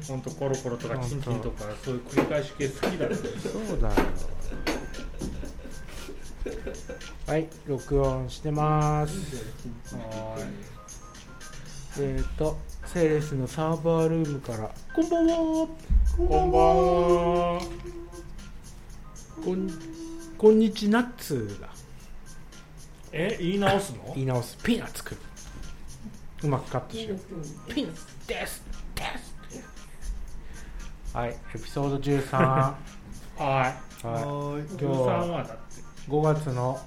ほんとコロコロとかチンチンとかそういう繰り返し系好きだね。 そうだよ。はい、録音してます。 はセーレスのサーバールームからこんばんは。 こんばんは。 こんにちナッツだ。 言い直すの？ 言い直す。ピーナッツくん。うまくカットしよう。ピーナッツですはい、エピソード13。 はい。 今日 13 ははだって 5月の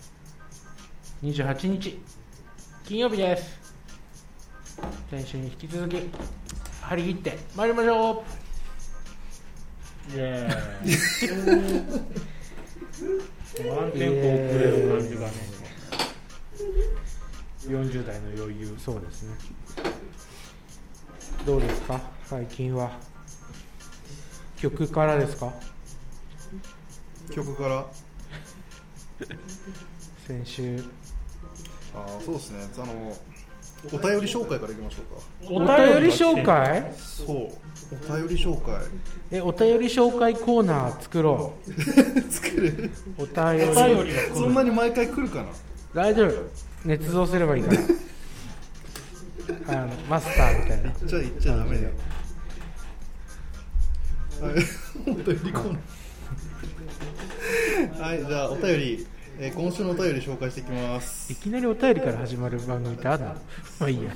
28日金曜日です。先週に引き続き張り切って参りましょイエーイ。ワンテンポ遅れる感じがね。 40代の余裕。そうですね。どうですか最近は。曲からですか？ 曲から先週そうですね。お便り紹介からいきましょうか。 お便り紹介？ そう、お便り紹介。 お便り紹介コーナー作ろう。 作る？ お便りが来る。 そんなに毎回来るかな？ 大丈夫。捏造すればいいからマスターみたいな。 言っちゃダメだよ。はい、お便りコーナー。はい、じゃあお便り、今週のお便り紹介していきます。 いきなりお便りから始まる番組ってあるの？まあいいや。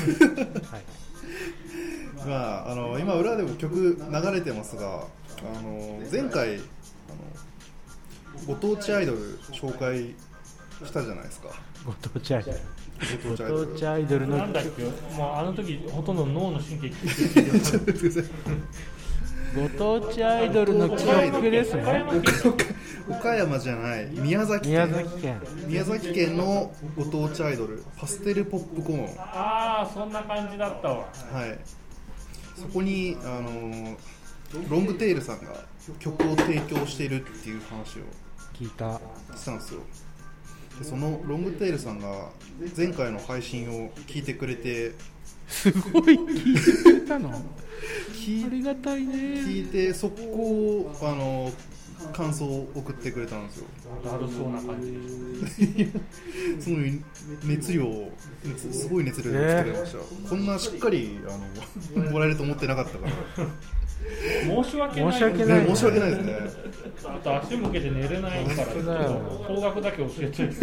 はい、今裏でも曲流れてますが、前回ご当地アイドル紹介したじゃないですか。 ご当地アイドル。 ご当地アイドルのなんだっけ？もうあの時ほとんど脳の神経聞いてる。 ご当地アイドルの記憶ですね。 岡山じゃない、宮崎県のご当地アイドル、パステルポップコーン。 ああ、そんな感じだったわ。 はい。そこにロングテールさんが曲を提供しているっていう話を聞いたしたんですよ。でそのロングテールさんが前回の配信を聞いてくれて、 すごい聞いてくれたの？ありがたいね。 聞いて速攻感想を送ってくれたんですよ。 だるそうな感じでその熱量をすごい熱量で作れました、こんなしっかりもらえると思ってなかったから申し訳ない申し訳ないですね。 あと足向けて寝れないから方角だけ教えて。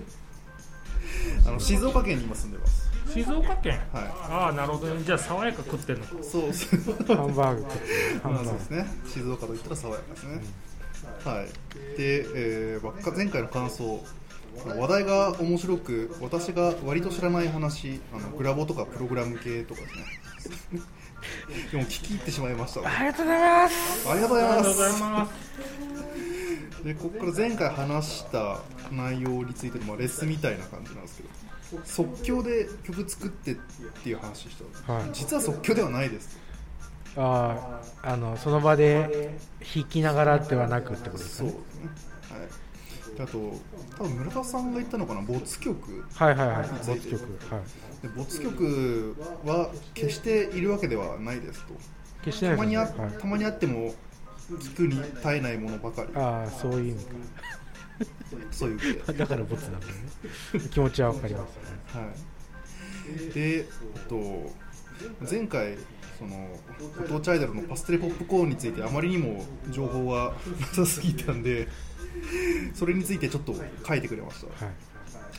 静岡県に今住んでます。 静岡県？ はい。 ああ、なるほどね。じゃあ爽やか食ってんのか。 そうハンバーグそうですね。静岡といったら爽やかですね、はい。で、前回の感想、話題が面白く、私が割と知らない話、グラボとかプログラム系とかですねでも聞き入ってしまいました、ね、 ありがとうございます。 ありがとうございます。でここから前回話した内容についてのレッスンみたいな感じなんですけど、即興で曲作ってっていう話でした、はい、実は即興ではないです。 その場で弾きながらではなくってことですね。 そうですね、はい。あと多分村田さんが言ったのかな、没曲。 はいはいはい、没曲、はい。 で没曲は決しているわけではないですと。 決してないですね。 たまにあっても聞くに耐えないものばかり。 ああ、そういう意味か。 そういう意味だからボツなんだよね。気持ちはわかります、 ね。はい。で、前回ご当地アイドルのパステルポップコーンについてあまりにも情報がなさすぎたんで、それについてちょっと書いてくれました。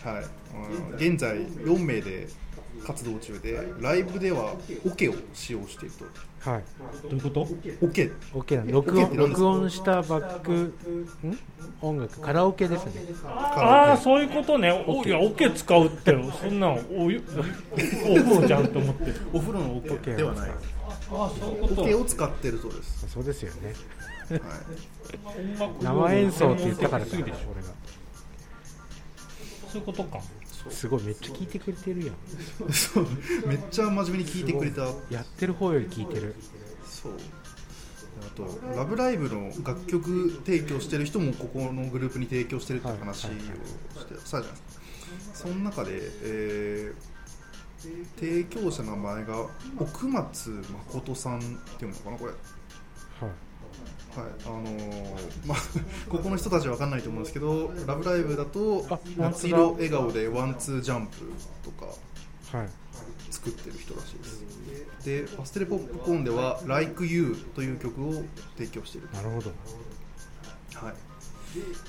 はい。はい。現在4名で活動中で、ライブではオケを使用していると。 はい。どういうこと？ オケなんで録音したバック音楽、カラオケですね。 ああ、そういうことね。いや、オケ使うってそんなお風呂じゃんと思って。 お風呂のオケではない。 ああ、そういうこと。 オケを使ってるそうです。 そうですよね。 はい。 生演奏って言ったからか、俺が。 そういうことか。 すごい、めっちゃ聞いてくれてるやん。 そう、めっちゃ真面目に聞いてくれた。 やってる方より聞いてる。 そう。あとラブライブの楽曲提供してる人もここのグループに提供してるって話をしてたじゃないですか。その中で、 提供者の名前が奥松誠さんっていうのかなこれ。はい、ここの人たちは分かんないと思うんですけど、ラブライブだと夏色笑顔でワンツージャンプとか作ってる人らしいです。でパステルポップコーンでは Like You という曲を提供している。 なるほど。 はい、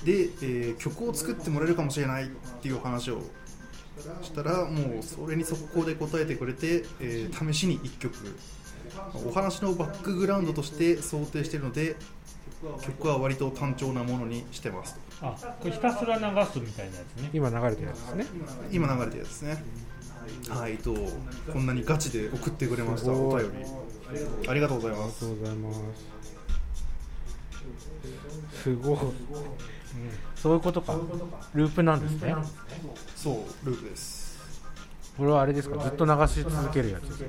で、曲を作ってもらえるかもしれないっていう話をしたら、もうそれに速攻で答えてくれて、試しに1曲お話のバックグラウンドとして想定しているので、曲は割と単調なものにしてますと。 これひたすら流すみたいなやつね。 今流れてるやつですね。 今流れてるやつですね。はい、こんなにガチで送ってくれました。お便りありがとうございます。 ありがとうございます。すごい、そういうことか。ループなんですね。 そうループです。 これはあれですか、ずっと流し続けるやつですか。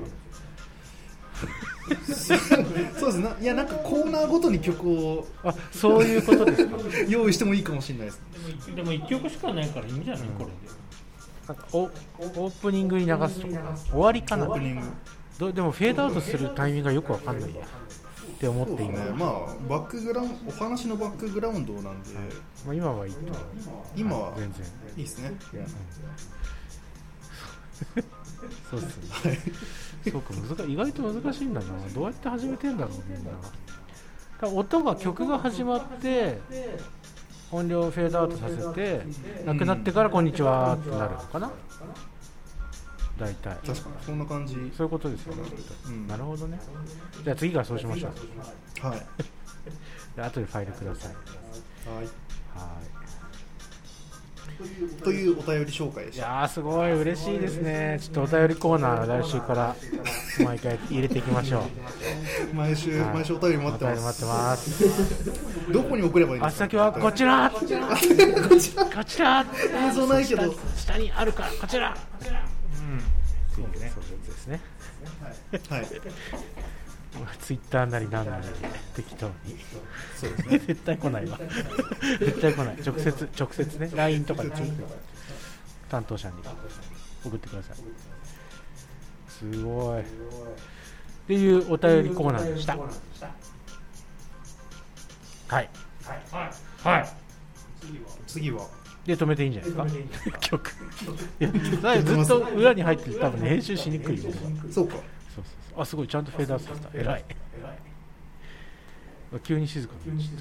そうですね。いやなんかコーナーごとに曲をそういうことですか。 用意してもいいかもしれないです。 でも1曲しかないからいいんじゃない、これで。 なんかオープニングに流すとか終わりかな。 オープニングでもフェードアウトするタイミングがよくわかんないやって思って今、 ね、まあバックグラウンド、お話のバックグラウンドなんで、 まあ、今はいいと思う。 今は全然いいですね。 そうですね。そうか、意外と難しいんだな。どうやって始めてんだろうみんな。曲が始まって音量をフェードアウトさせて、なくなってからこんにちはってなるのかな。大体確かにそんな感じ。 そういうことですよね、なるほどね。じゃあ次からそうしましょう。 はいで後でファイルください。 はいはいというお便り紹介でした。 いやーすごい嬉しいですね。ちょっとお便りコーナー来週から毎回入れていきましょう。 毎週お便り待ってます。 待ってます。 どこに送ればいいんですか。 あ先はこちらこちら映像ないけど下にあるからこちら。 そうね。 そうですね。 はい。 ツイッターなりなんなり適当に。 そうですね。 絶対来ないわ。絶対来ない。直接ね。LINE とかで担当者に送ってください。すごい。っていうお便りコーナーでした。はい。 はい。 次は。 で止めていいんじゃないですか。曲。いやずっと裏に入ってる多分ね編集しにくいよ。 そうか。 そうあすごいちゃんとフェードアウトさせた。偉い。急に静かになっちゃった。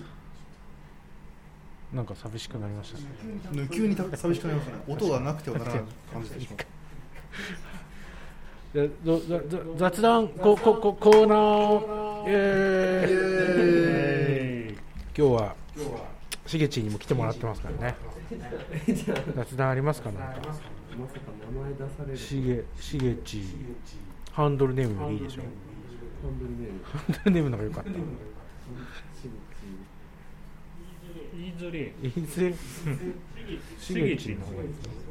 なんか寂しくなりましたね。 急に寂しくなりましたね。音がなくてはならない感じでしょ。雑談コーナー。今日はしげちにも来てもらってますからね。雑談ありますか。なんかしげちハンドルネームもいいでしょ。ハンドルネームの方が良かった。 言いづれしげちの方がいい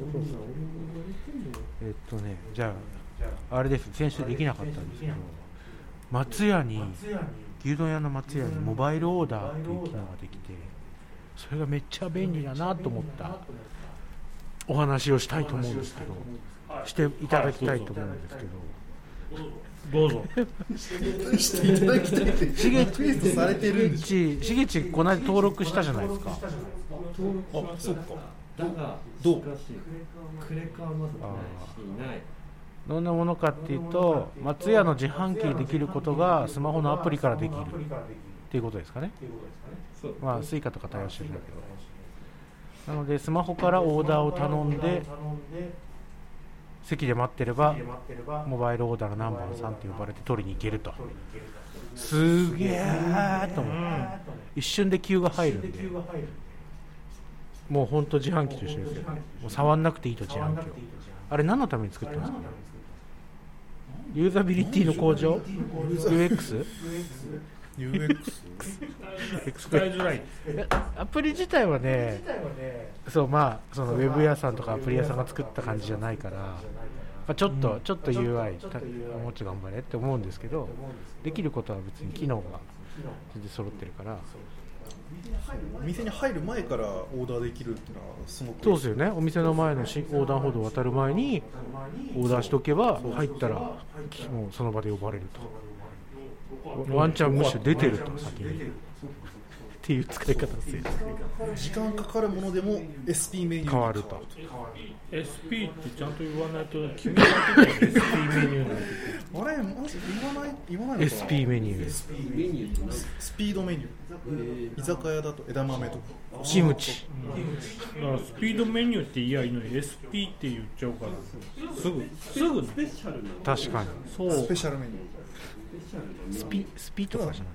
ですね。じゃああれです。先週できなかったんですけど、松屋に牛丼屋の松屋にモバイルオーダーっていう機能ができて、それがめっちゃ便利だなと思ったお話をしたいと思うんですけど、していただきたいと思うんですけど、 どうぞしていただきたいってリクエストされてるんでしょ。 しげちこの間登録したじゃないですか。 あ、そっか。 だがどうクレカはまだない。 どんなものかっていうと、松屋の自販機でできることがスマホのアプリからできるっていうことですかね。まあスイカとか対応してるんだけど、なのでスマホからオーダーを頼んで席で待ってればモバイルオーダーの何番さんって呼ばれて取りに行けると。すげーと思って、一瞬で急が入るんで、もうほんと自販機と一緒ですよ。もう触んなくていいと。自販機をあれ何のために作ってますかね。ユーザビリティの向上 UX 使いづらい。 アプリ自体はね、そうまあそのウェブ屋さんとかアプリ屋さんが作った感じじゃないから、まあ、ちょっと UI もうちょっと頑張れって思うんですけど、できることは別に機能が全然揃ってるからお店に入る前からオーダーできるっていうのはすごくそうですよね。お店の前の横断歩道を渡る前にオーダーしとけば入ったらもうその場で呼ばれると。ワンチャンむしろ出てると先にっていう使い方ですよ。 時間かかるものでも SP メニューに変わると。 SP ってちゃんと言わないと君が言ってた SP メニューなんてあれマジ言わないのかな。 SP メニュースピードメニュー、居酒屋だと枝豆とかキムチ。 だからスピードメニューって言いやいいのに SP って言っちゃうからすぐね。 確かにそうスペシャルメニュースピとかじゃない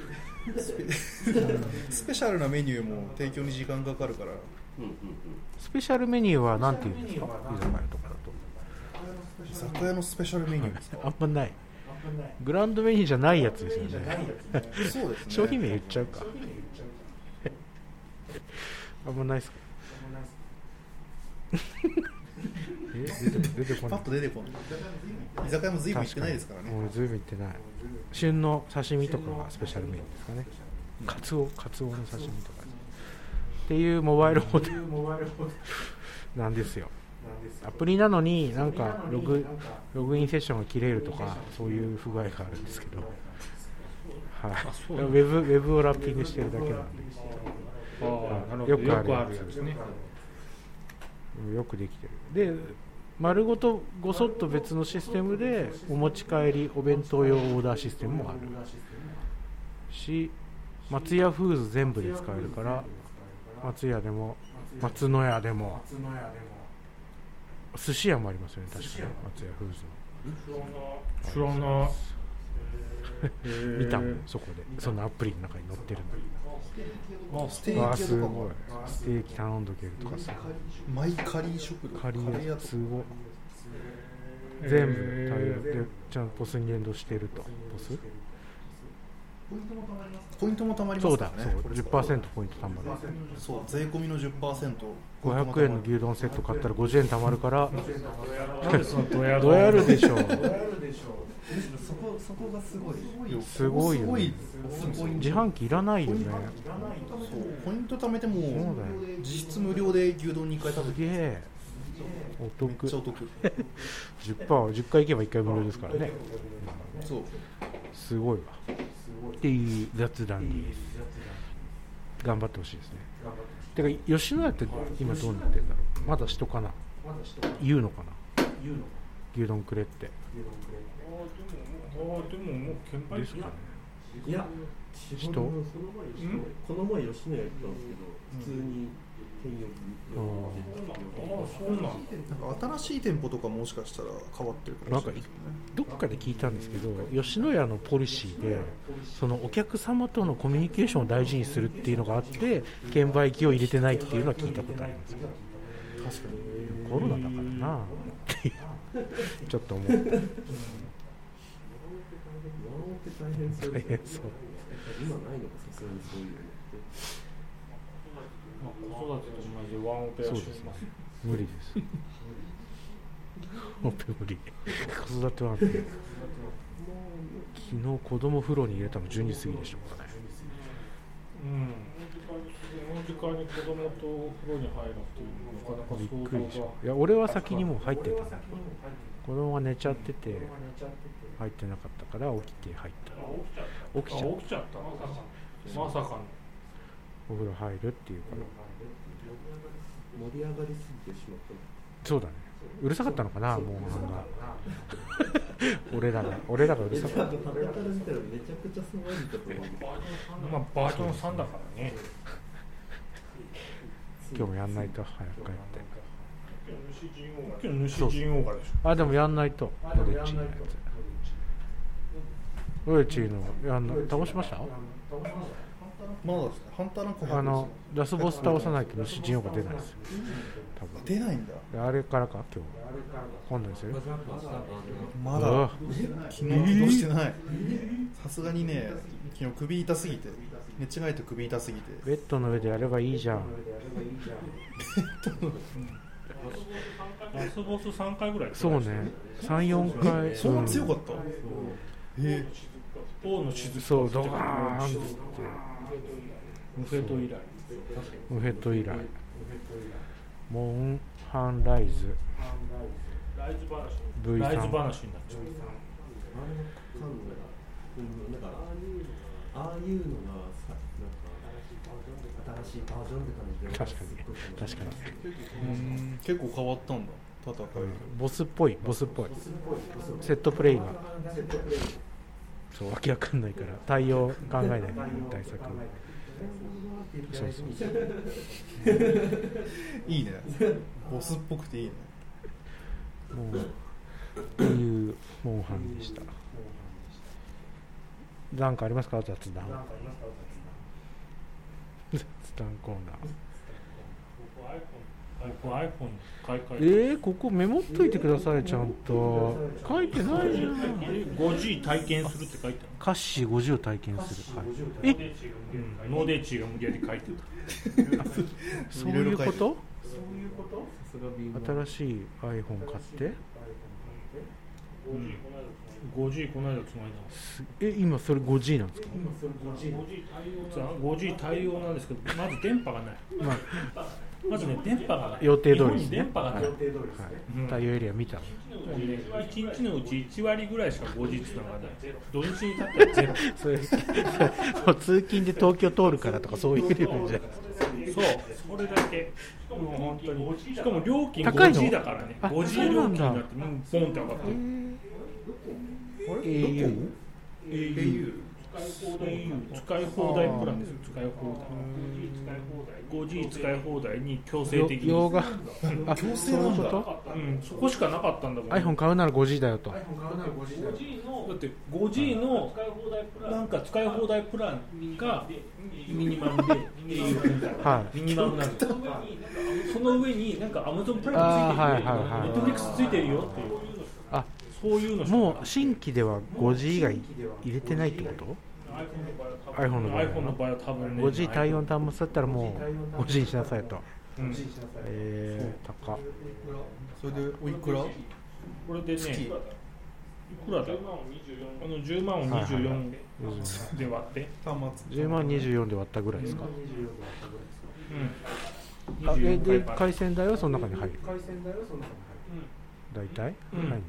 スペシャルなメニューも提供に時間かかるから、 スペシャルメニューは何て言うんですか、居酒屋とかだと。 居酒屋のスペシャルメニューですかあんまない。グランドメニューじゃないやつですよね。 そうですね。 商品名言っちゃうか。あんまないっすか。出てこない。 パッと出てこない。居酒屋も随分行ってないですからね。 もう随分行ってない。旬の刺身とかがスペシャルメニューですかね。カツオの刺身とかっていうモバイルホテルなんですよ。アプリなのになんかログインセッションが切れるとかそういう不具合があるんですけど、はい、ウェブをラッピングしてるだけなんで、よくあるやつですね。よくできてる。で丸ごとごそっと別のシステムでお持ち帰りお弁当用オーダーシステムもあるし、松屋フーズ全部で使えるから、松屋でも松野屋でも寿司屋もありますよね、確かに松屋フーズの。 知らない見たもん、そこでそのアプリの中に載ってるの。 ステーキすごいとかもステーキ頼んどけるとかさ、 マイカリー食堂、 カリー屋とすごい全部対応でちゃんとポスに連動してると。ポスポイントもたまりまそうだ、 すからね。 そう 10% ポイントたまる。 そう、税込みの 10%、 500円の牛丼セット買ったら50円たまるからなんでそのドヤどうやるでしょう。 そこがすごい。 すごいよね。自販機いらないよね。 そうポイント貯めてもそうだよ実質無料で牛丼2回食すべてげえおめ得。 っちゃお得 10回行けば1回無料ですからね。 そうすごいわっていう雑談です。頑張ってほしいですね。てか吉野家って今どうなってんだろう。まだ人かな、言うのかな、牛丼くれってでももう券売ですかね。 いや、 人この前吉野家行ったんですけど、普通にそうなんだ。 なんか新しい店舗とかもしかしたら変わってるかなんかもしれないですね。 どっかで聞いたんですけど、吉野家のポリシーでそのお客様とのコミュニケーションを大事にするっていうのがあって券売機を入れてないっていうのは聞いたことありますけど、確かにコロナだからなっていうちょっと思う。 ワンオペ大変そう。 大変そう。 今ないのか、さすがにそういうのって。 子育てと同じワンオペはしそうですね。無理です。オペ無理。子育ては昨日子供風呂に入れたの12時過ぎでしょうかね。 この時間に子供と風呂に入るっていうのはなかなかびっ想くりし像た。いや俺は先にもう入ってた。子供が寝ちゃってて入ってなかったから起きて入った。起きちゃう。 起きちゃったまさかのお風呂入るっていうから盛り上がりすぎてしまった。 そうだね。うるさかったのかな、もうなんか俺らがうるさかった。 食べ方見たらめちゃくちゃ騒いでたと思う。 まあバージョン3だからね。 今日もやんないと早く帰って。 今日主人王がでしょ。 あ、でもやんないと。ドレッチのやつ。ドレッチの倒しました？ まだですね、ハンターなんかラスボス倒さないと主人王が出ないですよ。多分出ないんだ。 あれからか今日。今度ですよ。 まだ昨日起動してない。さすがにね、昨日首痛すぎて、寝違えて首痛すぎて。 ベッドの上でやればいいじゃん。 ラスボス3回ぐらい。 そうね。3、4回。 そんな強かった？ 王の雫。 そうドカーンって。 ムフェト以来ムフェット以来モンハンライズライズ話 V3 ライズ話になっちゃう。 なんかああいうのがさ、なんか新しいバージョンって感じで確かに確かに結構変わったんだ戦い、 ボスっぽいセットプレイがそうわけわかんないから対応考えない対策そういいねボスっぽくていいね。 もうっていうモンハンでした。なんかありますか？雑談コーナー。 僕 iPhone 買い替えここメモっといてください。ちゃんと書いてないじゃん。 5G 体験するって書いてあカッシー50を体験する、はい、 る。ノーデイチーが無理やり書いてた。 そういうこと新しい新しい iPhone 買って 5G この間つないだ。 今それ 5G なんですか？ 5G 対応なんですけど、まず電波がない。 まあまずね、電波がない。 予定通りですね。 日本に電波がない。 はい、対応エリア見たの。 もうね、1日のうち1割ぐらいしか 5G つながらない。土日に経ったらゼロ。 それ通勤で東京通るからとかそういうレベルじゃないですか。 そう、それだけ。もう本当に。しかも料金高いの 5G だからね。5G 料金になって、ポンって上がってる。 au 使い放題プランですよ。使い放題 5G 使い放題に強制的に用が強制なんだ。 そこしかなかったんだもん。 iPhone 買うなら 5G だよと。 だって 5G のなんか使い放題プランがミニマムで、 はい、 ミニマムなんですよ。その上になんか Amazon プライムついてるよ、Netflix ついてるよっていう、そういうのもう新規では 5G 以外入れてないってこと？ iPhone の場合は多分ね 5G 対応端末だったらもう 5G にしなさいと。高っ。 それでおいくら？ これでね、いくらだ？10万を24で割って 10万24で割ったぐらいですか？で回線代はその中に入る？大体入んない？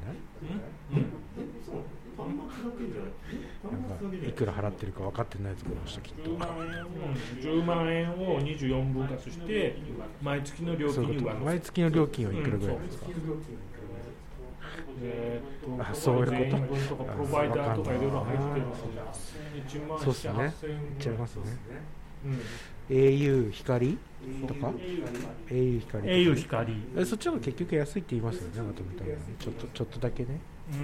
なんかいくら払ってるか分かってないところの人きっと 10万円を24分割して毎月の料金に上乗せ。 毎月の料金はいくらぐらいですか？そういうこと。 プロバイダーとかいろいろ入ってる。 そうっすね。いっちゃいますね。au 光とか au 光 au 光そっちの方が結局安いって言いますよね。まとめたらね、ちょっとだけね。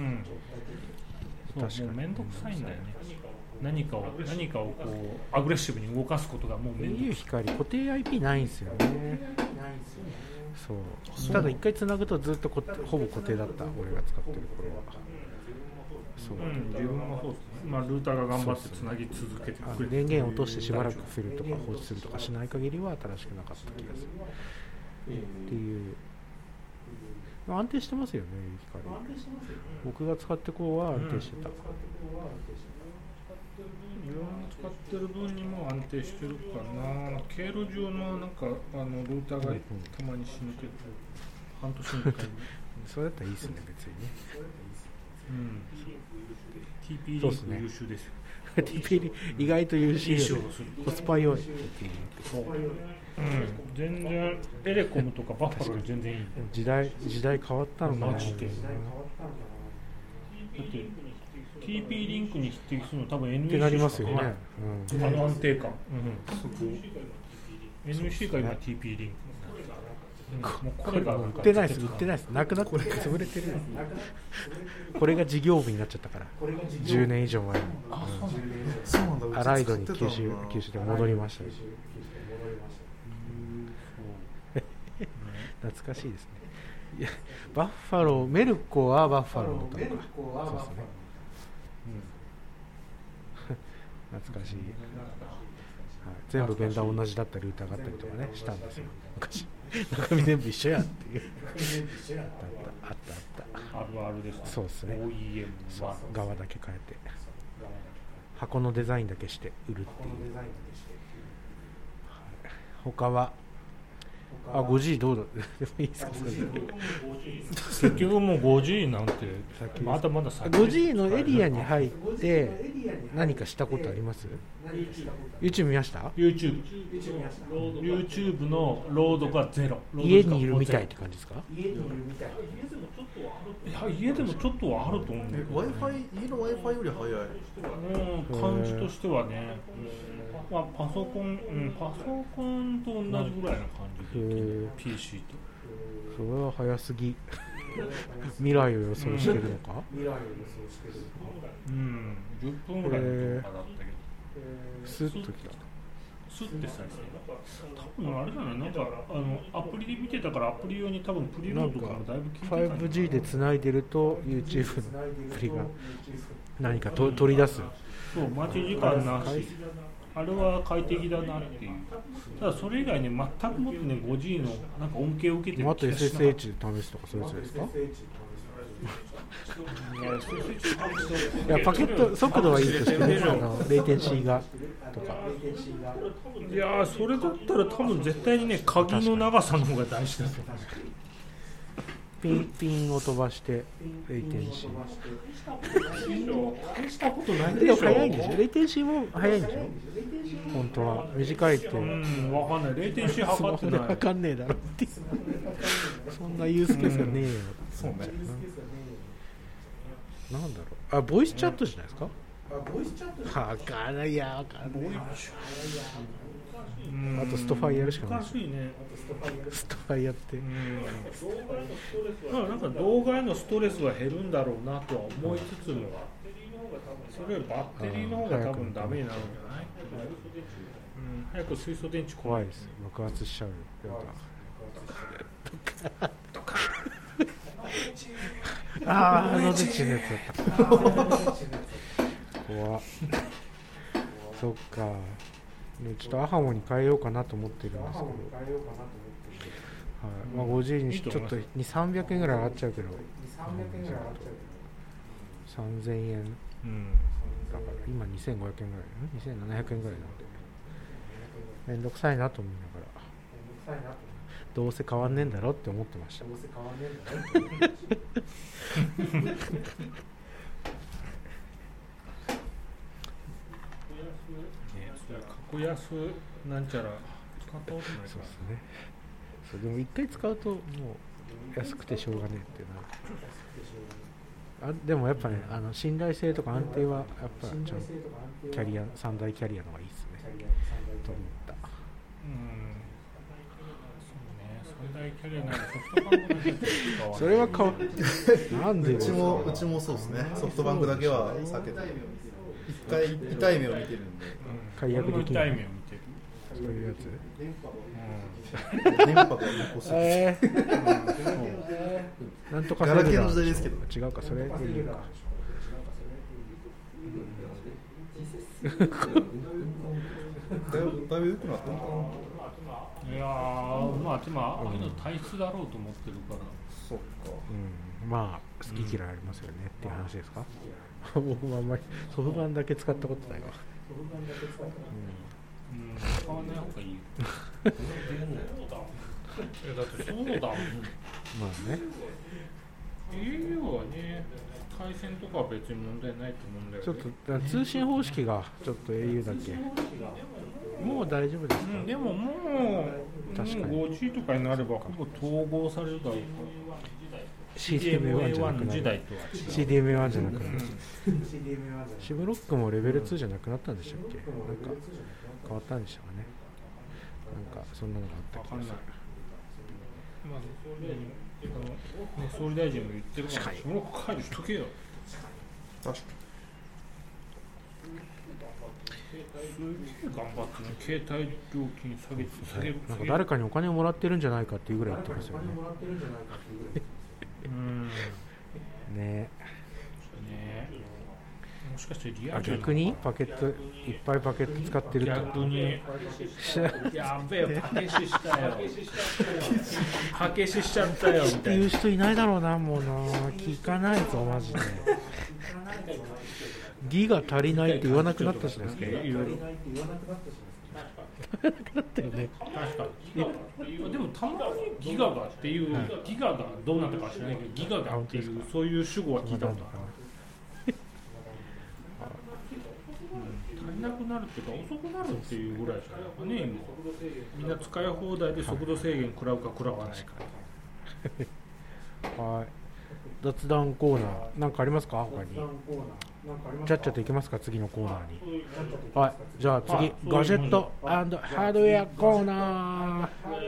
確かに面倒くさいんだよね。何かをこうアグレッシブに動かすことがもう面倒くさい。 au 光固定 IP ないんですよね。そうただ一回つなぐとずっとほぼ固定だった。俺が使ってる頃は。そう、 自分もそうですね。ルーターが頑張ってつなぎ続けてくれて、 電源を落としてしばらくするとか放置するとかしない限りは新しくなかった気がする、っていう安定してますよね。光僕が使ってこうは安定してた。 自分が使ってる分にも安定してるかな。経路上のなんかルーターがたまに死ぬけど、半年に1回それだったらいいですね、別にね。 TP リンク優秀ですよ。 TP リンク意外と優秀、コスパ良い。 全然エレコムとかバッファローより全然いい。 時代変わったのかな。 マジで。だって TP リンクに匹敵するの多分 NEC ってなりますよね。 安定感。NEC が今 TP リンク。これが売ってないです。なくなって潰れてる。これが事業部になっちゃったから。10年以上前に。アライドに九州で戻りました。懐かしいですね。いやバッファロー、メルコはバッファローだったのか。そうですね。懐かしい。全部ベンダー同じだったルーターがあったりとかねしたんですよ昔。中身全部一緒やっていう。あった。 あるあるですね。 そうですね。 OEM は側だけ変えて箱のデザインだけして売るっていう。 他は5G どうだでもいいですか。 結局もう 5G なんてまだまだ先。 5G のエリアに入って何かしたことあります？ YouTube 見ました？ YouTube のロードがゼロ。 家にいるみたいって感じですか？ いや家でもちょっとはあると思うんだけど、 家の Wi-Fi より早い。 感じとしてはね、まあ、パソコンと同じぐらいの感じで、PC と。 それは早すぎ。未来を予想してるのか？ 10分ぐらいの動画だったけど、 スッときた。 スッて再生。多分あれじゃない、なんかアプリで見てたから、アプリ用に多分プリロードとかもだいぶ効いてたんじゃない。 5G でつないでると YouTube のアプリが何か取り出す。 そう、待ち時間なし。あれは快適だなっていう。ただそれ以外ね、全くもってね 5G のなんか恩恵を受けてるあと SSH で試すとかそういうやつですか？いやパケット速度はいいとしてね、レイテンシーがとか。 いやそれだったら多分絶対にね、鍵の長さの方が大事だと思う。 ピンを飛ばしてレイテンシー。 したことないでも早いんでしょ？レイテンシーも早いんでしょ？本当は短いって。 わかんない。レイテンシー測ってない。 わかんねえだろってそんなユースケースがねえよ。 そうね。 なんだろう。ボイスチャットじゃないですか？わかんない。いやわかんない。あとストファイやるしかない。 難しいね。 ストファイやって。 なんか動画へのストレスは減るんだろうなとは思いつつも、それよりバッテリーの方が多分ダメになるんじゃない？早く水素電池怖いです。爆発しちゃうよ。あの電池のやつだった。怖っ。そっか。ちょっとアハモに変えようかなと思ってるんですけど、はい、まあ、5G にちょっと2、300円ぐらい上がっちゃうけど、3000円、だから今2500円ぐらい、2700円ぐらいなんで、めんどくさいなと思いながら、どうせ変わんねえんだろって思ってました。 格安なんちゃら使ったことないから。 そうですね。そうでも一回使うともう安くてしょうがねえってなる。でもやっぱね、信頼性とか安定はやっぱちゃんとキャリア3大キャリアの方がいいですねと思った。 そうね、3大キャリアならソフトバンクだけそれはなんでうちもそうですね。ソフトバンクだけは避けて一回痛い目を見てるんで。 解約できない。 痛い目を見てる。 そういうやつ。 電波が残す。 なんとかガラケーの時代ですけど。 違うか、それでいいか。 だいぶ良くなったのかな。 いやまあでもああいうの体質だろうと思ってるから。 そっか。 まあ好き嫌いありますよねっていう話ですか。僕もあんまりソフトバンクだけ使ったことないわ。 使わない方がいいよ。だってそうだもん。 まあね。 au はね、回線とかは別に問題ないと思うんだよね。 ちょっと通信方式がちょっと au だけ。もう大丈夫ですか？ でももう 5G とかになればほぼ統合されるだろうから。 CDMA1 じゃなくなる。 時代とは違う。 CDMA1 じゃなくなる。シブロックもレベル2じゃなくなったんでしたっけ？なんか変わったんでしたかね。なんかそんなのがあった気がする。 まあ総理大臣も言ってるから、シブロック解除しとけよ。 確かすげえ頑張ってね、携帯料金下げる。 なんか誰かにお金をもらってるんじゃないかっていうぐらい言ってますよね。ねもしかしてリアル逆にパケットいっぱいパケット使ってると逆にやべえパケシしたよパケシしちゃったよみったていないう人いないだろうな。もうな聞かないぞマジで。ギが足りないって言わなくなったじゃないですか。 だったよね。 確かに。でもたまにギガガっていう、ギガがどうなったか知らないけど、ギガガっていうそういう主語は聞いたことある。足りなくなるっていうか遅くなるっていうぐらいじゃないかね。みんな使い放題で速度制限食らうか食らわないか。 はい。雑談コーナーなんかありますか他に？ちゃっちゃといきますか次のコーナーに。はい。じゃあ次ガジェット&ハードウェアコーナー。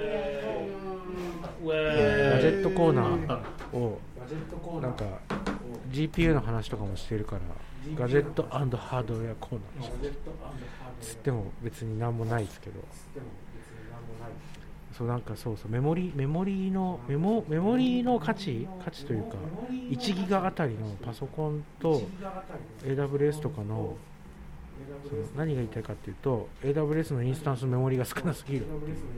ガジェットコーナーをなんか GPU の話とかもしてるからガジェット&ハードウェアコーナーつっても別になんもないですけど。そうなんかそうメモリの価値というか1ギガあたりのパソコンと AWS とかのその何が言いたいかっていうと AWS のインスタンスメモリが少なすぎる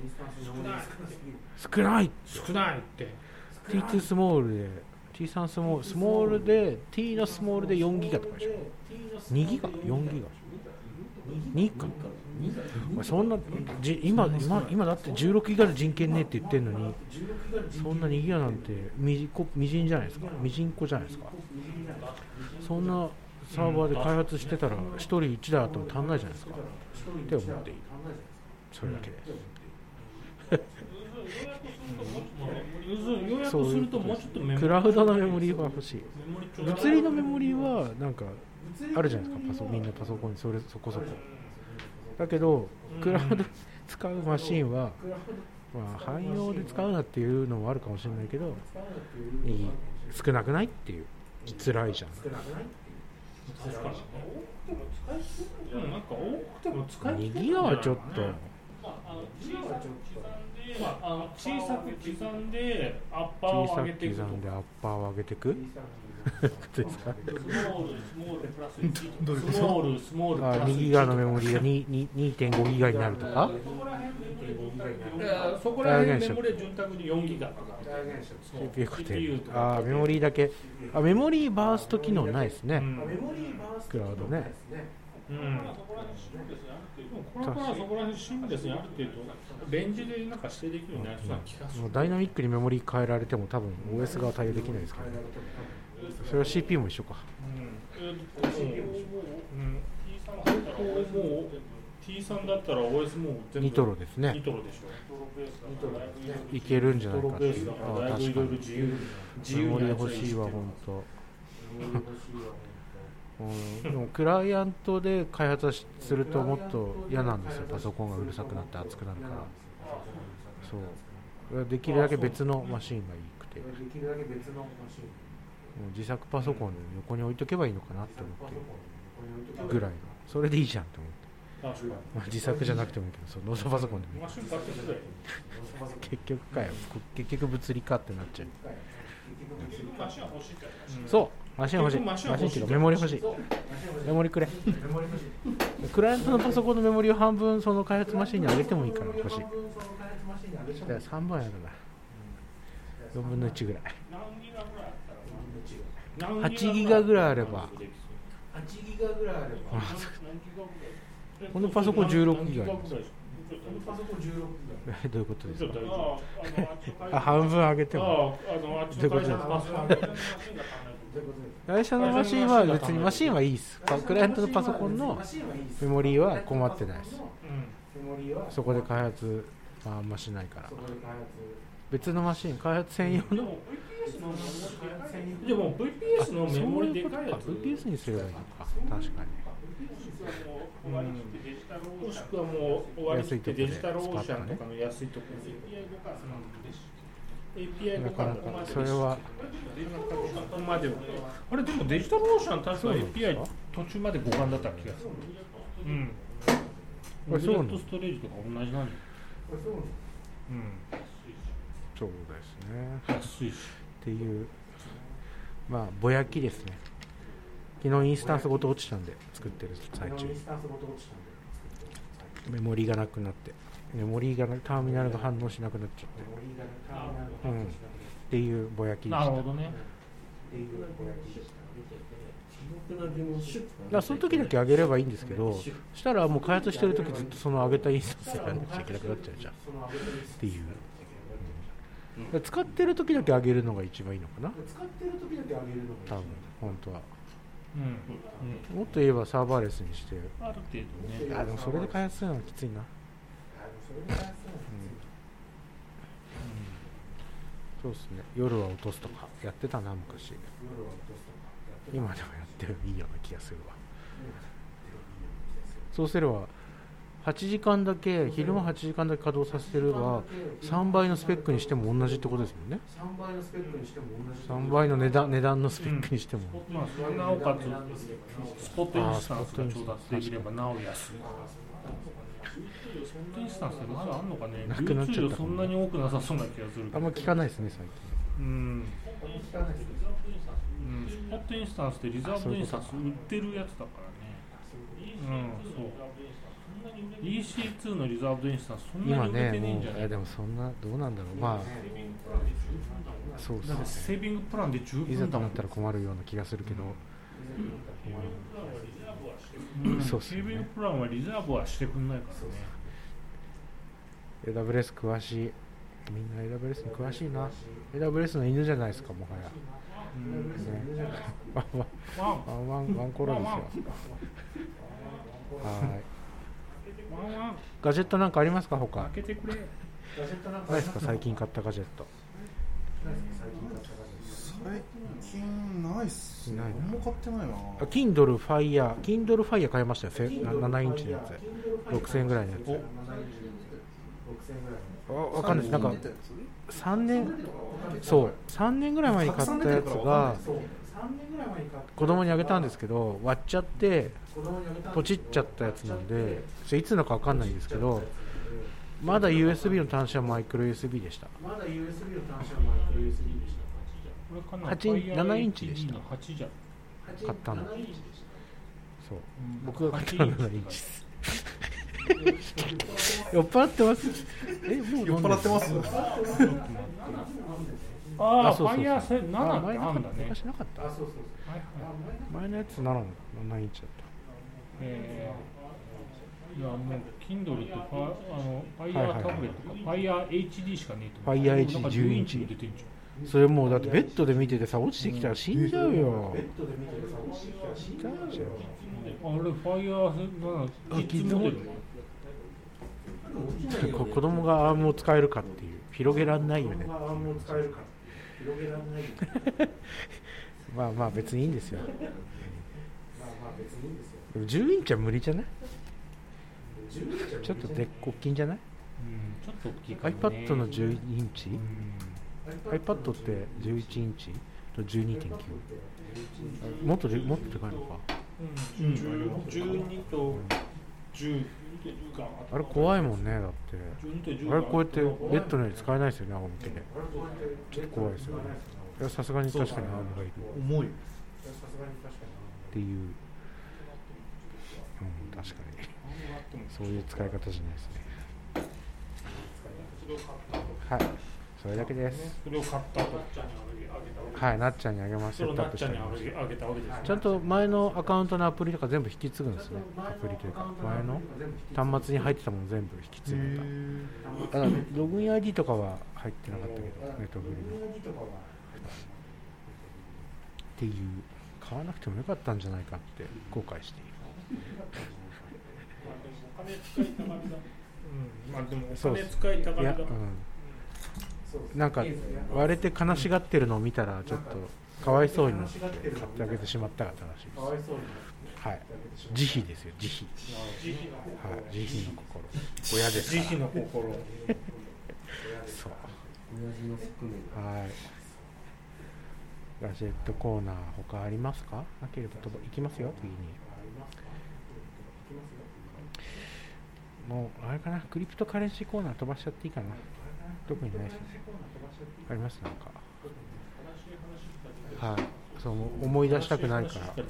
少ないって T2 スモールで T3 スモールで T のスモールで4ギガとかでしょ2ギガ4ギガ2かそんな今だって16ギガで人権ねって言ってるのにそんな2ギガなんてみじんじゃないですかみじんこじゃないですかそんなサーバーで開発してたら1人1台あっても足んないじゃないですかって思っているそれだけでそういうクラウドのメモリーは欲しい物理のメモリーはなんかあるじゃないですかみんなパソコンにそこそこだけどクラウド使うマシンは、まあ、汎用で使うなっていうのもあるかもしれないけど少なくないっていう辛いじゃん2ギガはちょっと小さく刻んでアッパーを上げていくですか2ギガのメモリが 2.5 ギガになるとかそこら辺メモリは潤沢に4ギガとかメモリだけメモリーバースト機能ないですね、クラウドねこれからそこら辺シームレスにある程度レンジでなんか指定できるようになりそうな気がするダイナミックにメモリ変えられても多分 OS が対応できないですからねそれは CPU も一緒か。 T3 だったら OS も全部ニトロですね。 ニトロでしょ。 いけるんじゃないかっていう。 確かに。 メモリ欲しいわ本当。でもクライアントで開発するともっと嫌なんですよ。パソコンがうるさくなって熱くなるから。そうできるだけ別のマシンがいいくて。自作パソコンの横に置いとけばいいのかなって思ってぐらいのそれでいいじゃんって思って、まあ、自作じゃなくてもいいけどノートパソコンでもいい結局かよ結局物理かってなっちゃうそうマシン欲しいマシンっていうかメモリ欲しいメモリくれクライアントのパソコンのメモリを半分その開発マシンに上げてもいいから欲しい3番やるな4分の1ぐらい8ギガぐらいあればこのパソコン16ギガありますどういうことですか半分上げてもどういうことですか会社のマシンは別にマシンはいいですクライアントのパソコンのメモリーは困ってないですそこで開発はあんましないから別のマシン開発専用のでも VPS のメモリでかいやつ VPS にすればいいのか確かにもしくはもう終わりきってデジタルオーシャンとかの安いところ API なかなかそれはここまであれでもデジタルオーシャン確か API 途中まで互換だった気がするオブジェクトストレージとか同じなんだそうですね安いしっていうまあぼやきですね昨日インスタンスごと落ちたんで作ってる最中メモリがなくなってメモリがターミナルが反応しなくなっちゃってっていうぼやきでしたなるほどね素朴な疑問シュッとだからその時だけ上げればいいんですけど、したらもう開発してる時ずっとその上げたインスタンスやらなきゃいけなくなっちゃうじゃんっていう、だから使ってる時だけ上げるのが一番いいのかな、 使ってる時だけ上げるのが多分本当は。 うんもっと言えばサーバーレスにして、 ある程度ね。 あでもそれで開発するのはきついな。そうですね、夜は落とすとかやってたな昔。今でもやってるいいような気がするわ。そうすれば8時間だけ、昼間8時間だけ稼働させてれば3倍のスペックにしても同じってことですもんね。 3倍のスペックにしても同じ、 3倍の値段のスペックにしても、 まあなおかつスポットインスタンスが調達できればなお安い。スポットインスタンスってまだあんのかね。 なくなっちゃったかも。 流通量そんなに多くなさそうな気がするけど。 あんま聞かないですね最近。 スポットインスタンスってリザーブインスタンス売ってるやつだからね。そう。EC2 のリザーブインスタンスそんな今に売れてねねえんじゃないか。 もうでもそんなどうなんだろう、まあそうだってですね。 セービングプランで十分いざと思ったら困るような気がするけど、そうっすねセービングプランはリザーブはしてくんないからね。 AWS 詳しい、みんな AWS に詳しいな。 AWS の犬じゃないですか、もはや、ね、ワンコロですよ。はい。ガジェットなんかありますか他？ 開けてくれ。 ないですか最近買ったガジェット？ 最近ないっすね。 ないな。 何も買ってないな。 Kindle Fire 買いましたよ。7インチのやつ6000円ぐらいのやつ。わかんないです。なんか3年ぐらい前に買ったやつが子供にあげたんですけど、割っちゃってポチっちゃったやつなんで、それいつのかわかんないんですけど、まだ USB の端子はマイクロ USB でした。7インチでした。 8じゃん。 買ったの。そう。僕が買ったのは7インチです。酔っ払ってます。もう酔っ払ってます。 ああ、 そうそうそうファイヤー7ってあ前んだね。 昔なかった。前のやつ7インチだった。 いやもう Kindle とFire タブレットか Fire HD しかねえと。 Fire HD 10インチ出てんじそれもうだってベッドで見ててさ、落ちてきたら死んじゃうよ。死んじゃうじゃん。 ゃん。あれ Fire 7キッズモデル。 子供がアームを使えるかっていう、広げらんないよね。まあまあ別にいいんですよ。でも10インチは無理じゃない？ちょっとでっこっきんじゃない？ ちょっと大きいかもね。 iPad の11インチ、iPad って11インチと 12.9、 もっとでかいのか。 12と10 あれ怖いもんね。だってあれこうやってベッドのように使えないですよね、仰向けで。ちょっと怖いですよね。いやさすがに確かにアームがいる重い。 っていう、確かにそういう使い方じゃないですね。はい、それだけです。 それを買ったとはい、なっちゃんにあげます。セットアップしてあげます。 あげたわけですね。 ちゃんと前のアカウントのアプリとか全部引き継ぐんですね。アプリというか前の端末に入ってたもの全部引き継ぐんだ。ただログイン ID とかは入ってなかったけど、ネットフリのっていう、買わなくてもよかったんじゃないかって後悔している。 まあでもお金使いたがりだ。 なんか割れて悲しがってるのを見たらちょっとかわいそうになって買ってあげてしまったが正しいです。はい、慈悲ですよ、慈悲。はい、慈悲の心。親ですから。 慈悲の心。 そう。はい。ガジェットコーナー他ありますか？なければいきますよ、次に。もうあれかな、クリプトカレンシーコーナー飛ばしちゃっていいかな。特にないですね。ありますなんか。はい。そう思い出したくないから。 そうなんだ、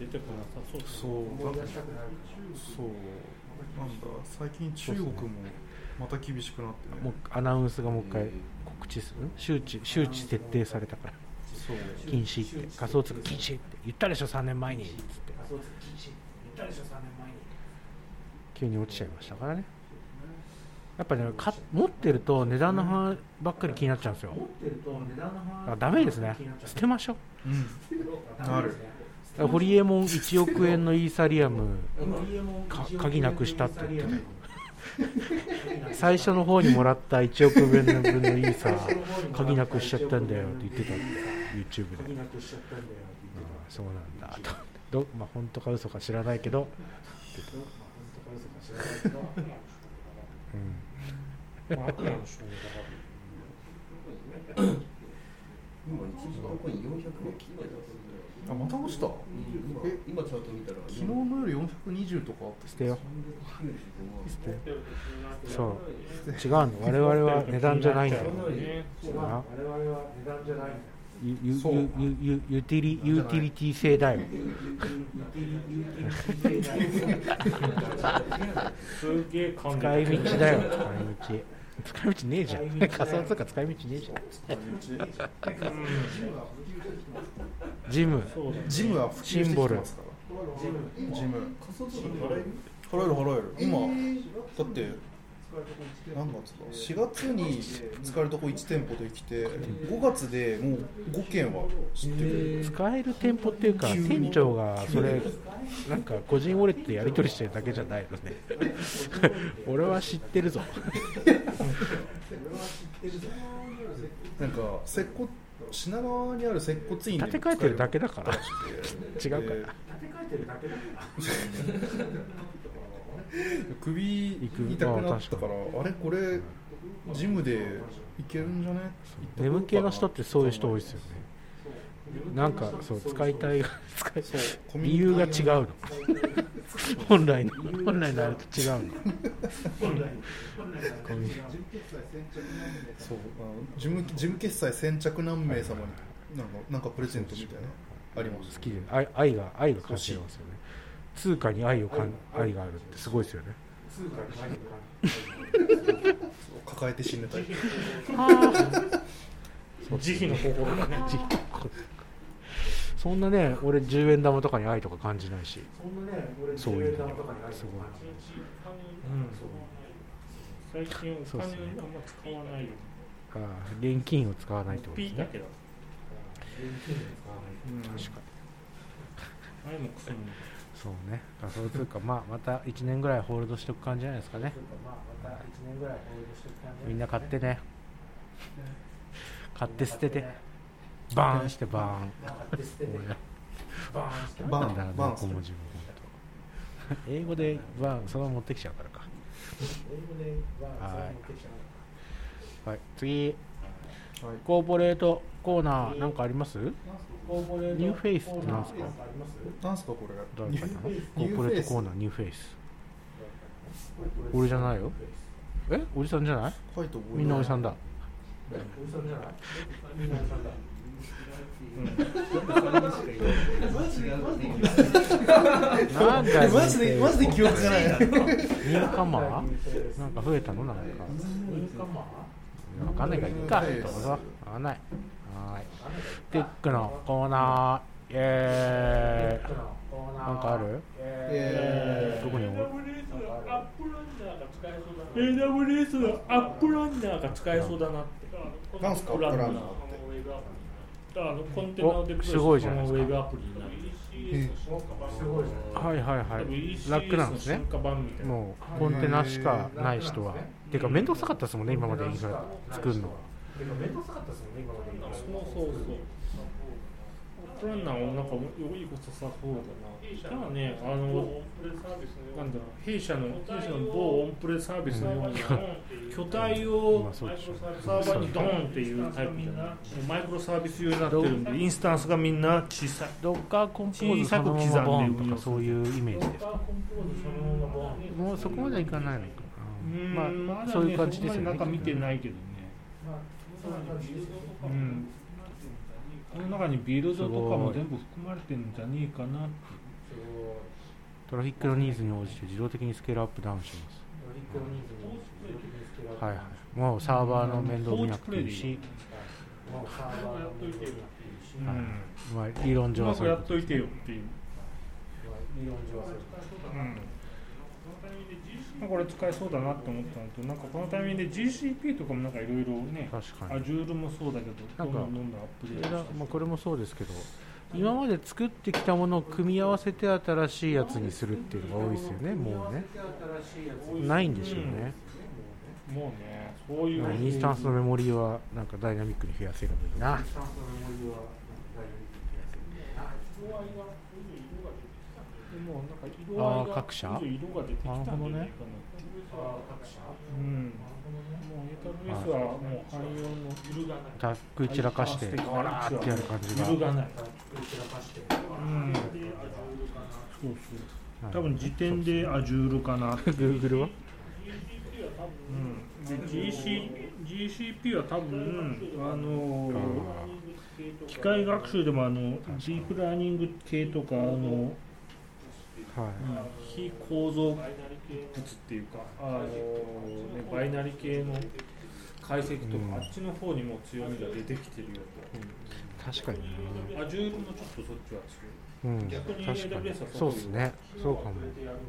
最近中国もまた厳しくなってね。 もうアナウンスがもう一回告知する、周知設定されたから。禁止って、仮想通貨禁止って言ったでしょ3年前にっつって。 急に落ちちゃいましたからね。やっぱね、持ってると値段の話ばっかり気になっちゃうんですよ。ダメですね、捨てましょう。 あるホリエモン1億円のイーサリアム鍵なくしたって言ってたよ。最初の方にもらった1億円分のイーサ鍵なくしちゃったんだよって言ってたんで YouTube で、そうなんだとまあ本当か嘘か知らないけど今一番コイン400円切ってた。 あ、また落ちた。 今チャート見たら昨日の夜420とか捨てよそう違うの、我々は値段じゃないんだよ。ユーティリティ性だよ。 すげえ使い道だよ。使い道ねえじゃん。仮想通貨使い道ねえじゃん。ジムはシンボルジム払える今だって何月だ、4月に使えるとこ1店舗できて5月でもう5件は知ってる。 使える店舗っていうか店長がそれなんか個人ウォレットでやり取りしてるだけじゃないのね。俺は知ってるぞ。 なんか品川にある接骨院で建て替えてるだけだから違うから首痛くなったからあれこれジムでいけるんじゃね。 眠気の人ってそういう人多いですよね。なんかそう使いたい理由が違うの。本来のあれと違うの。 そう事務決済先着何名様になんかプレゼントみたいなあります。 好きで愛が感じますよね。通貨に愛があるってすごいですよね。 抱えて死ぬタイプ。 慈悲の心だね。 そんなね、俺10円玉とかに愛とか感じないし、そういうのすごい。 最近お金あんま使わないよ。 現金を使わないってことですね。 だけど。 確かに。 あれもクソも。 そうね。仮想通貨また1年ぐらいホールドしておく感じじゃないですかね。みんな買ってね。買って捨てて。バーンしてバーン。 バーン小文字も英語でバーンそのまま持ってきちゃうからか。はい、次、コーポレートコーナーなんかあります？ニューフェイスってなんすか？ なんすかこれ？ 誰かな？コーポレートコーナーニューフェイス。俺じゃないよ。おじさんじゃない？みんなおじさんだ。なんだよマジで記憶がない。 ニューカマーなんか増えたの？なんかわかんないからいいか。どうぞ。わかんない。はい。テックのコーナー。なんかある？どこに AWS のアップランナーが使えそうだなって。 なんすかアップランナーって。 コンテナをデプロイしてすごいじゃないですか。 ウェブアプリになる。 はいはいはい。楽なんですね。もうコンテナしかない人は。てか面倒くさかったですもんね今までインフラ作るの。 そう。プランナーもなんかいいことさそうだな。ただね、なんだろう、弊社の某オンプレサービスのような巨体をサーバーにドーンっていうタイプじゃない。マイクロサービス用になってるんで、インスタンスがみんな小さい。 ドッカーコンポーズそのままボーンとかそういうイメージですか。もうそこまではいかないのかな。まあそういう感じですよね。 なんか見てないけどね。この中にビルドとかも全部含まれてるんじゃねえかなって。 トラフィックのニーズに応じて自動的にスケールアップダウンします。はいはい。もうサーバーの面倒見なくていいし、まあ理論上はそうやっといてよっていう。 理論上はそううん、これ使えそうだなって思ったのと、なんかこのタイミングで GCP とかもなんかいろいろね、 確かに Azure もそうだけど、 なんかどんどんアップデートして、 まあ、これもそうですけど、今まで作ってきたものを組み合わせて新しいやつにするっていうのが多いですよね。もうねないんでしょうね、 もうね、そういうインスタンスのメモリーはなんかダイナミックに増やせればいいな。ああ、各社、なるほどね。 うん、もう AWS はもう汎用の揺るがない、 タック散らかしてわらーってやる感じが、 揺るがない、うん、そうそう、多分時点で Azure かな Google は、 うん、で GCP は多分機械学習でもディープラーニング系とかはい、 非構造物っていうかバイナリ系の解析とか、あっちの方にも強みが出てきてるよと、 確かにね。 Azure もちょっとそっちは強い、逆に AWS はそうですね、そうかも、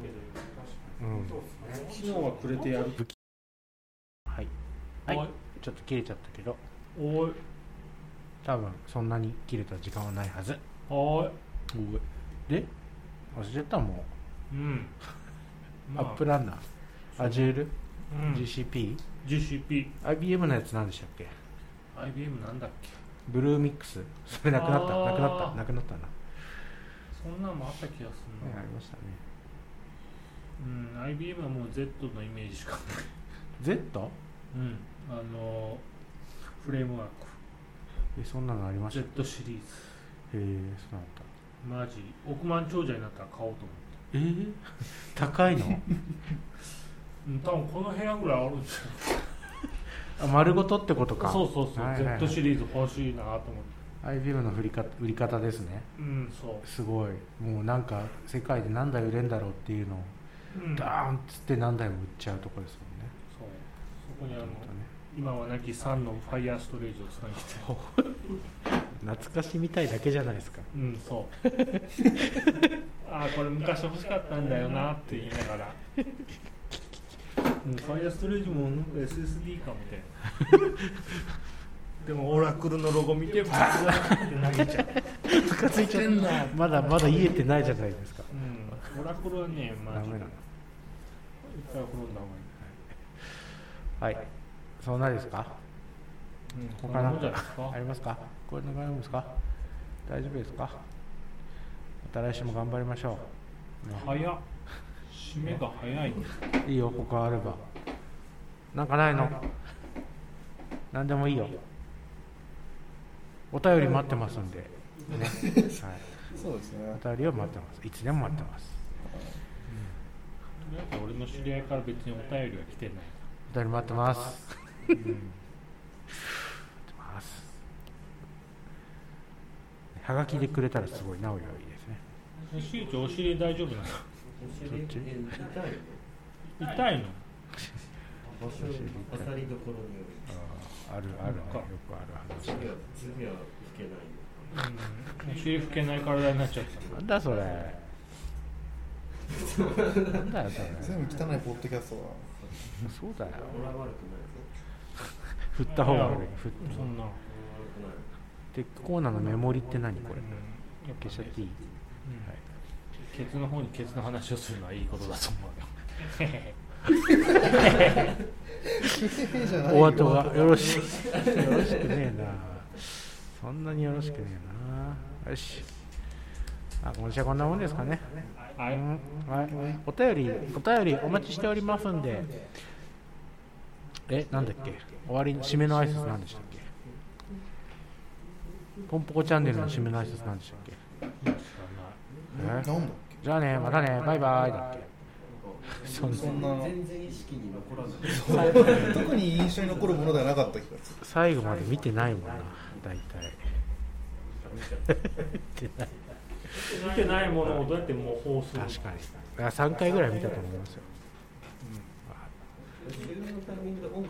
機能はくれてやる。 はい、はい、ちょっと切れちゃったけど、 おい、 多分そんなに切れた時間はないはず。 おいで忘れちゃったもう、うんアップランナー、Azure、 GCP、 IBM のやつ何でしたっけ？ IBM なんだっけ？ ブルーミックス、それなくなったな。 そんなのもあった気がするな。 ありましたね。 IBM はもう Z のイメージしかない。 Z？ フレームワーク。 そんなのありました？ Z シリーズ。 そうなんだ。 マジ億万長者になったら買おうと思って。 高いの？ 多分この部屋ぐらいあるんですよ。 丸ごとってことか。 そう、Z シリーズ欲しいなと思って。 IBM の売り方ですね。 そう。 すごい。もうなんか世界で何台売れんだろうっていうのを、ダーンっつって何台も売っちゃうとこですもんね。 そう。そこに今はなき3のファイヤーストレージをつなげて。 懐かしみたいだけじゃないですか。 そう。これ昔欲しかったんだよなって言いながら。ファイヤーストレージもなんか SSD かみたいな。でもオラクルのロゴ見てバーって投げちゃう。 ムカついちゃうんだ。まだ言えてないじゃないですか。 オラクルはね、 ダメなの。 一回転んだ方がいい。はい。そんなですか？他なんかありますか？これのあるんですか？大丈夫ですか？また来週も頑張りましょう。 早っ。締めが早い。 いいよ、他あれば。なんかないの？なんでもいいよ。お便り待ってますんで。ね。はい。 そうですね。 お便りを待ってます。いつでも待ってます。 俺の知り合いから別にお便りは来てない。 お便り待ってます。はがきでくれたらすごいなおよいいですね。 しゅうちお尻大丈夫なの？ そっち？ 痛いの？ 当たりどころによる。 あるね、よくある話。 次は拭けないよ。 お尻拭けない体になっちゃった。 なんだそれ。なんだよそれ。 全部汚いポッドキャストだ。 そうだよ。 俺は悪くない。 振った方が悪い。 そんな。 テックコーナーのメモリって何これ？消しちゃっていい？ ケツの方にケツの話をするのはいいことだと思うよ。 お後がよろしくねえな。そんなによろしくねえな。よし。今週はこんなもんですかね。はい。お便りお待ちしておりますんで。なんだっけ？終わりの締めの挨拶なんでしたっけ？ポンポコチャンネルの締めの挨拶なんでしたっけ？ なんだっけ？ じゃあね、またね、バイバイだっけ？ そんな全然意識に残らない。 特に印象に残るものではなかった気がする。 最後まで見てないもんな、大体。 見てないものをどうやって模倣する？ 確かに。3回ぐらい見たと思いますよ。 自分のタイミングで音楽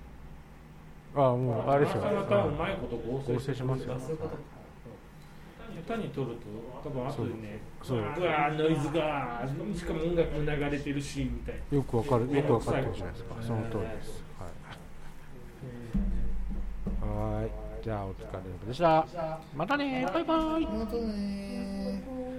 なら。 もうあれですよ。 うまいこと合成しますよ。 下手に撮ると多分後でねそううわノイズがしかも音楽も流れてるしみたいなよくわかってるじゃないですか。その通りです。はい。じゃあお疲れ様でした。またね。バイバイ。 またね。